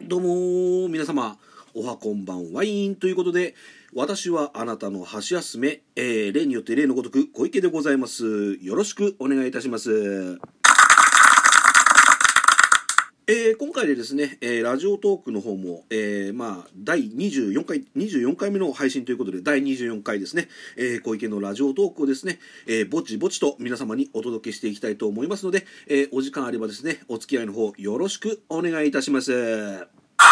どうも皆様おはこんばんワインということで、私はあなたの箸休め、例によって例のごとく小池でございます。よろしくお願いいたします。今回でですね、ラジオトークの方も、第24回目の配信ということで、第24回ですね、小池のラジオトークをですね、ぼちぼちと皆様にお届けしていきたいと思いますので、お時間あればですね、お付き合いの方よろしくお願いいたします。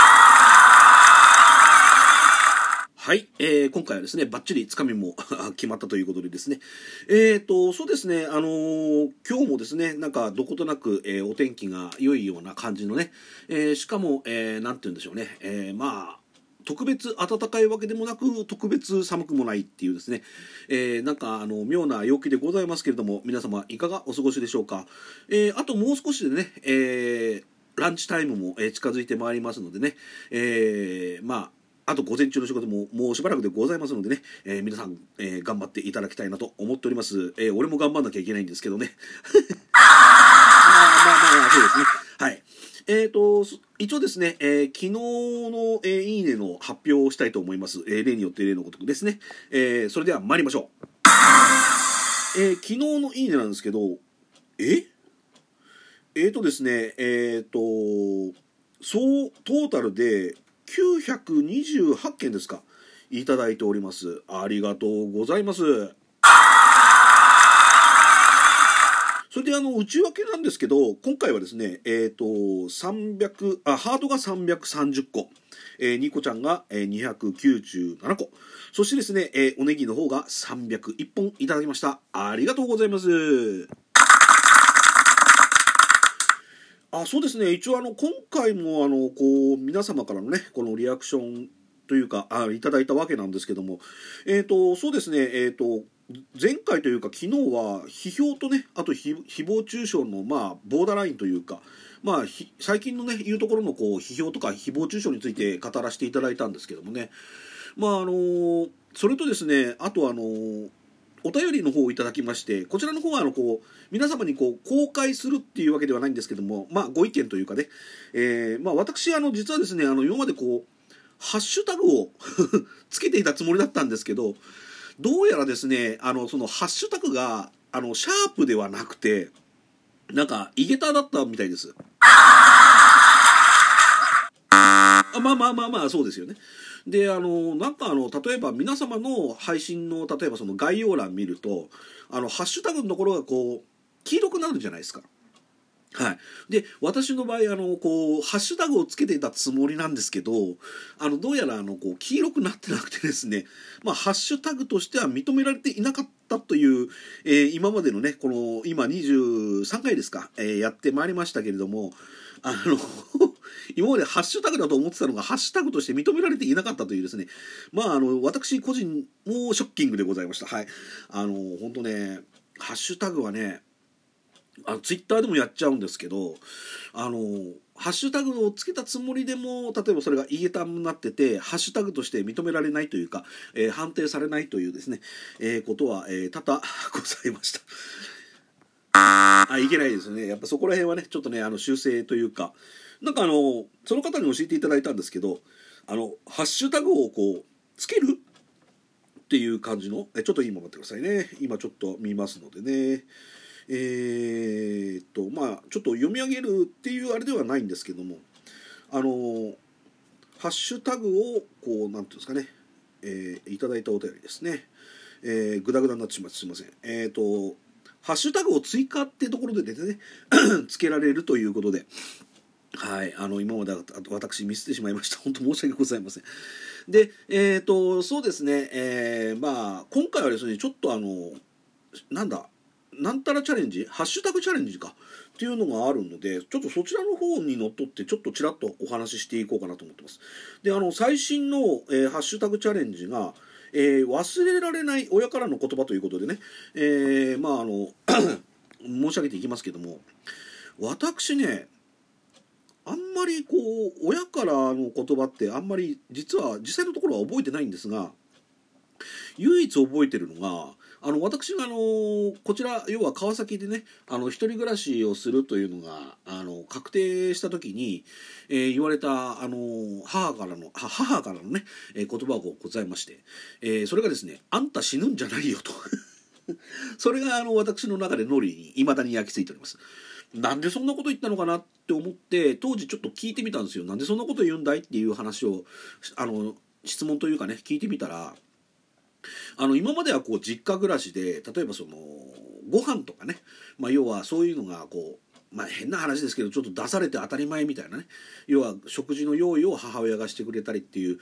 はい、今回はですね、バッチリつかみも決まったということでですね、そうですね、今日もですね、なんかどことなく、お天気が良いような感じのね、しかも、なんて言うんでしょうね、特別暖かいわけでもなく特別寒くもないっていうですね、なんか妙な陽気でございますけれども、皆様いかがお過ごしでしょうか。あともう少しでね、ランチタイムも近づいてまいりますのでね、あと午前中の仕事ももうしばらくでございますのでね、皆さん、頑張っていただきたいなと思っております。俺も頑張んなきゃいけないんですけどね。そうですね。はい。一応ですね、昨日の、いいねの発表をしたいと思います。例によって例のごとくですね。それでは参りましょう。昨日のいいねなんですけど、ですね、総トータルで928件ですか、いただいております。ありがとうございます。それで内訳なんですけど、今回はですね、ハートが330個、ニコちゃんが297個、そしてですね、おネギの方が301本いただきました。ありがとうございます。そうですね、一応今回も皆様からのね、このリアクションというかいただいたわけなんですけども、そうですね、前回というか昨日は批評とね、あと誹謗中傷のボーダーラインというか、最近のねいうところの批評とか誹謗中傷について語らせていただいたんですけどもね、それとですね、あとお便りの方をいただきまして、こちらの方は皆様に公開するっていうわけではないんですけども、ご意見というかね、私実はですね、今までハッシュタグをつけていたつもりだったんですけど、どうやらですね、そのハッシュタグがシャープではなくて、なんかイゲターだったみたいです。そうですよね。でなんか例えば皆様の配信の例えばその概要欄見るとハッシュタグのところが黄色くなるじゃないですか。はい、で私の場合ハッシュタグをつけていたつもりなんですけど、どうやら黄色くなってなくてですね、ハッシュタグとしては認められていなかったという、今までのねこの今23回ですか、やってまいりましたけれども、今までハッシュタグだと思ってたのがハッシュタグとして認められていなかったというですね、私個人もショッキングでございました。はい、本当ね、ハッシュタグはね、ツイッターでもやっちゃうんですけど、ハッシュタグをつけたつもりでも、例えばそれがイエタンになっててハッシュタグとして認められないというか、判定されないというですね、ことは、多々ございました。いけないですね。やっぱそこら辺はねちょっとね修正というか、なんかその方に教えていただいたんですけど、ハッシュタグをつけるっていう感じの、ちょっと今待ってくださいね。今ちょっと見ますのでね。ちょっと読み上げるっていうあれではないんですけども、ハッシュタグをなんていうんですかね、いただいたお便りですね。グダグダになってしまってすいません。ハッシュタグを追加ってところでですねつけられるということで、はい、今まで私ミスってしまいました。本当申し訳ございません。で、そうですね、今回はですね、ちょっとなんたらチャレンジ、ハッシュタグチャレンジかっていうのがあるので、ちょっとそちらの方にのっとってちょっとちらっとお話ししていこうかなと思ってます。で、最新の、ハッシュタグチャレンジが、忘れられない親からの言葉ということでね、申し上げていきますけども、私ね、あんまり親からの言葉ってあんまり実際のところは覚えてないんですが、唯一覚えてるのが私がこちら要は川崎でね一人暮らしをするというのが確定した時に、言われた母からのね、言葉がございまして、それがですね、あんた死ぬんじゃないよとそれが私の中で脳裏に未だに焼き付いております。なんでそんなこと言ったのかなって思って当時ちょっと聞いてみたんですよ。なんでそんなこと言うんだいっていう話を質問というかね聞いてみたら、今まではこう実家暮らしで例えばご飯とかね、要はそういうのが変な話ですけどちょっと出されて当たり前みたいなね、要は食事の用意を母親がしてくれたりっていう、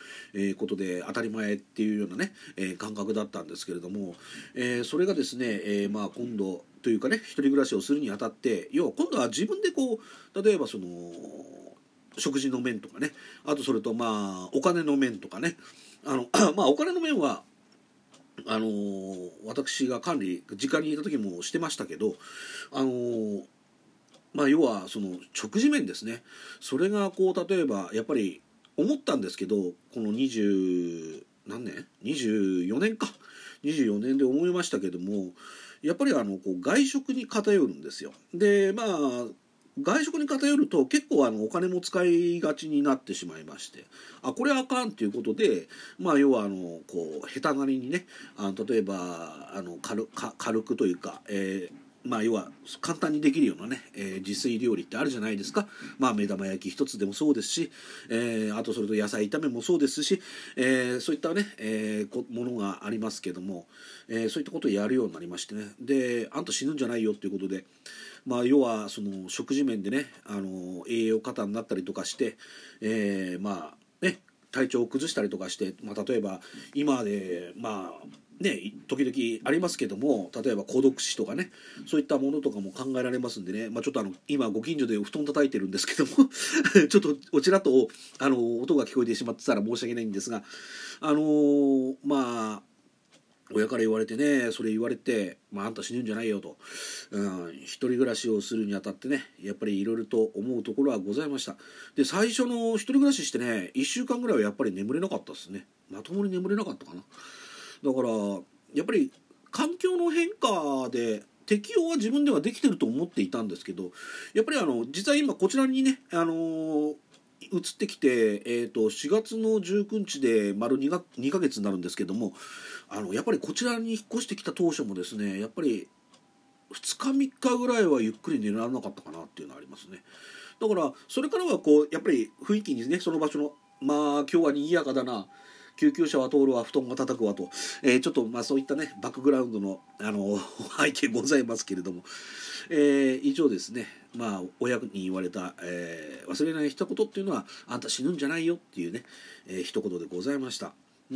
ことで当たり前っていうようなね、感覚だったんですけれども、それがですね、今度というかね一人暮らしをするにあたって要は今度は自分で例えば食事の面とかね、あとそれとお金の面とかねお金の面は私が実家にいた時もしてましたけど要は食事面ですね。それが例えばやっぱり思ったんですけどこの20何年24年か24年で思いましたけども、やっぱり外食に偏るんですよ。で外食に偏ると結構お金も使いがちになってしまいまして、これはあかんということで要は下手なりにね例えば軽くというか、要は簡単にできるようなね、自炊料理ってあるじゃないですか。目玉焼き一つでもそうですし、あとそれと野菜炒めもそうですし、そういったね、ものがありますけども、そういったことをやるようになりましてね。であんた死ぬんじゃないよっていうことで要は食事面でね栄養過多になったりとかして、体調を崩したりとかして、例えば今で時々ありますけども、例えば孤独死とかねそういったものとかも考えられますんでね、ちょっと今ご近所で布団叩いてるんですけどもちょっとおちらっと音が聞こえてしまってたら申し訳ないんですが親から言われてね、それ言われて、あんた死ぬんじゃないよと、一人暮らしをするにあたってねやっぱりいろいろと思うところはございました。で最初の一人暮らししてね1週間ぐらいはやっぱり眠れなかったですね。まともに眠れなかったかな。だからやっぱり環境の変化で適応は自分ではできてると思っていたんですけど、やっぱり実は今こちらにね移ってきて、4月の19日で丸2ヶ月になるんですけども、やっぱりこちらに引っ越してきた当初もですねやっぱり2日3日ぐらいはゆっくり寝られなかったかなっていうのはありますね。だからそれからはやっぱり雰囲気にねその場所の今日は賑やかだな、救急車は通るわ布団が叩くわと、ちょっとそういったねバックグラウンドの背景ございますけれども、以上ですね親に言われた、忘れない一言っていうのはあんた死ぬんじゃないよっていうね、一言でございました。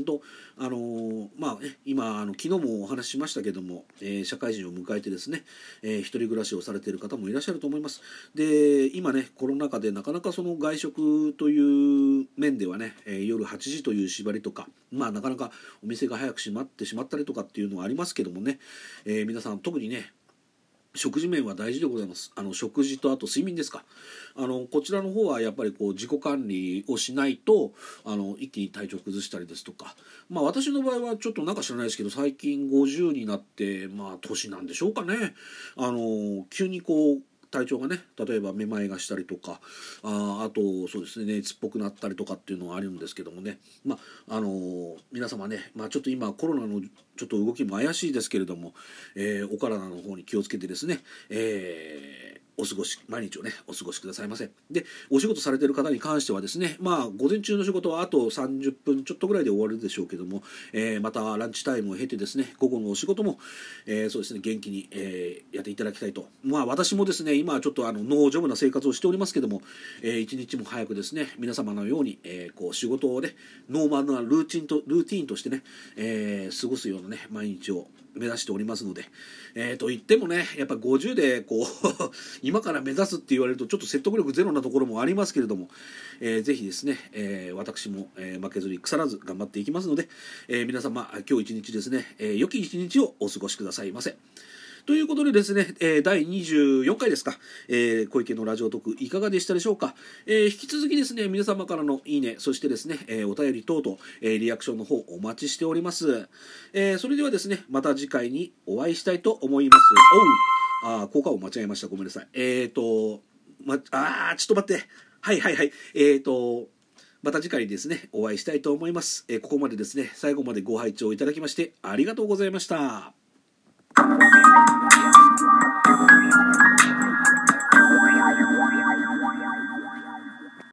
今昨日もお話ししましたけども、社会人を迎えてですね、一人暮らしをされている方もいらっしゃると思います。で今ねコロナ禍でなかなか外食という面ではね、夜8時という縛りとかなかなかお店が早く閉まってしまったりとかっていうのはありますけどもね、皆さん特にね食事面は大事でございます。食事とあと睡眠ですか。こちらの方はやっぱり自己管理をしないと一気に体調崩したりですとか、私の場合はちょっと知らないですけど最近50になって年なんでしょうかね、急に体調がね例えばめまいがしたりとかあとそうですね熱っぽくなったりとかっていうのがあるんですけどもね、皆様ね、ちょっと今コロナのちょっと動きも怪しいですけれども、お体の方に気をつけてですね、毎日をねお過ごしくださいませ。でお仕事されている方に関してはですね午前中の仕事はあと30分ちょっとぐらいで終わるでしょうけども、またランチタイムを経てですね午後のお仕事も、そうですね元気に、やっていただきたいと。私もですね今ちょっとノージョブな生活をしておりますけども、一日も早くですね皆様のように、仕事をねノーマルなルーティンとしてね、過ごすようなね毎日を目指しておりますので、と言ってもねやっぱ50で今から目指すって言われるとちょっと説得力ゼロなところもありますけれども、ぜひですね、私も、負けずに腐らず頑張っていきますので、皆様今日一日ですね、良き一日をお過ごしくださいませ。 ということでですね、第24回ですか、小池のラジオトークいかがでしたでしょうか。引き続きですね、皆様からのいいね、そしてですね、お便り等々、リアクションの方お待ちしております。それではですね、また次回にお会いしたいと思います。効果を間違えました。ごめんなさい。ちょっと待って。はい。また次回にですね、お会いしたいと思います。ここまでですね、最後までご拝聴いただきましてありがとうございました。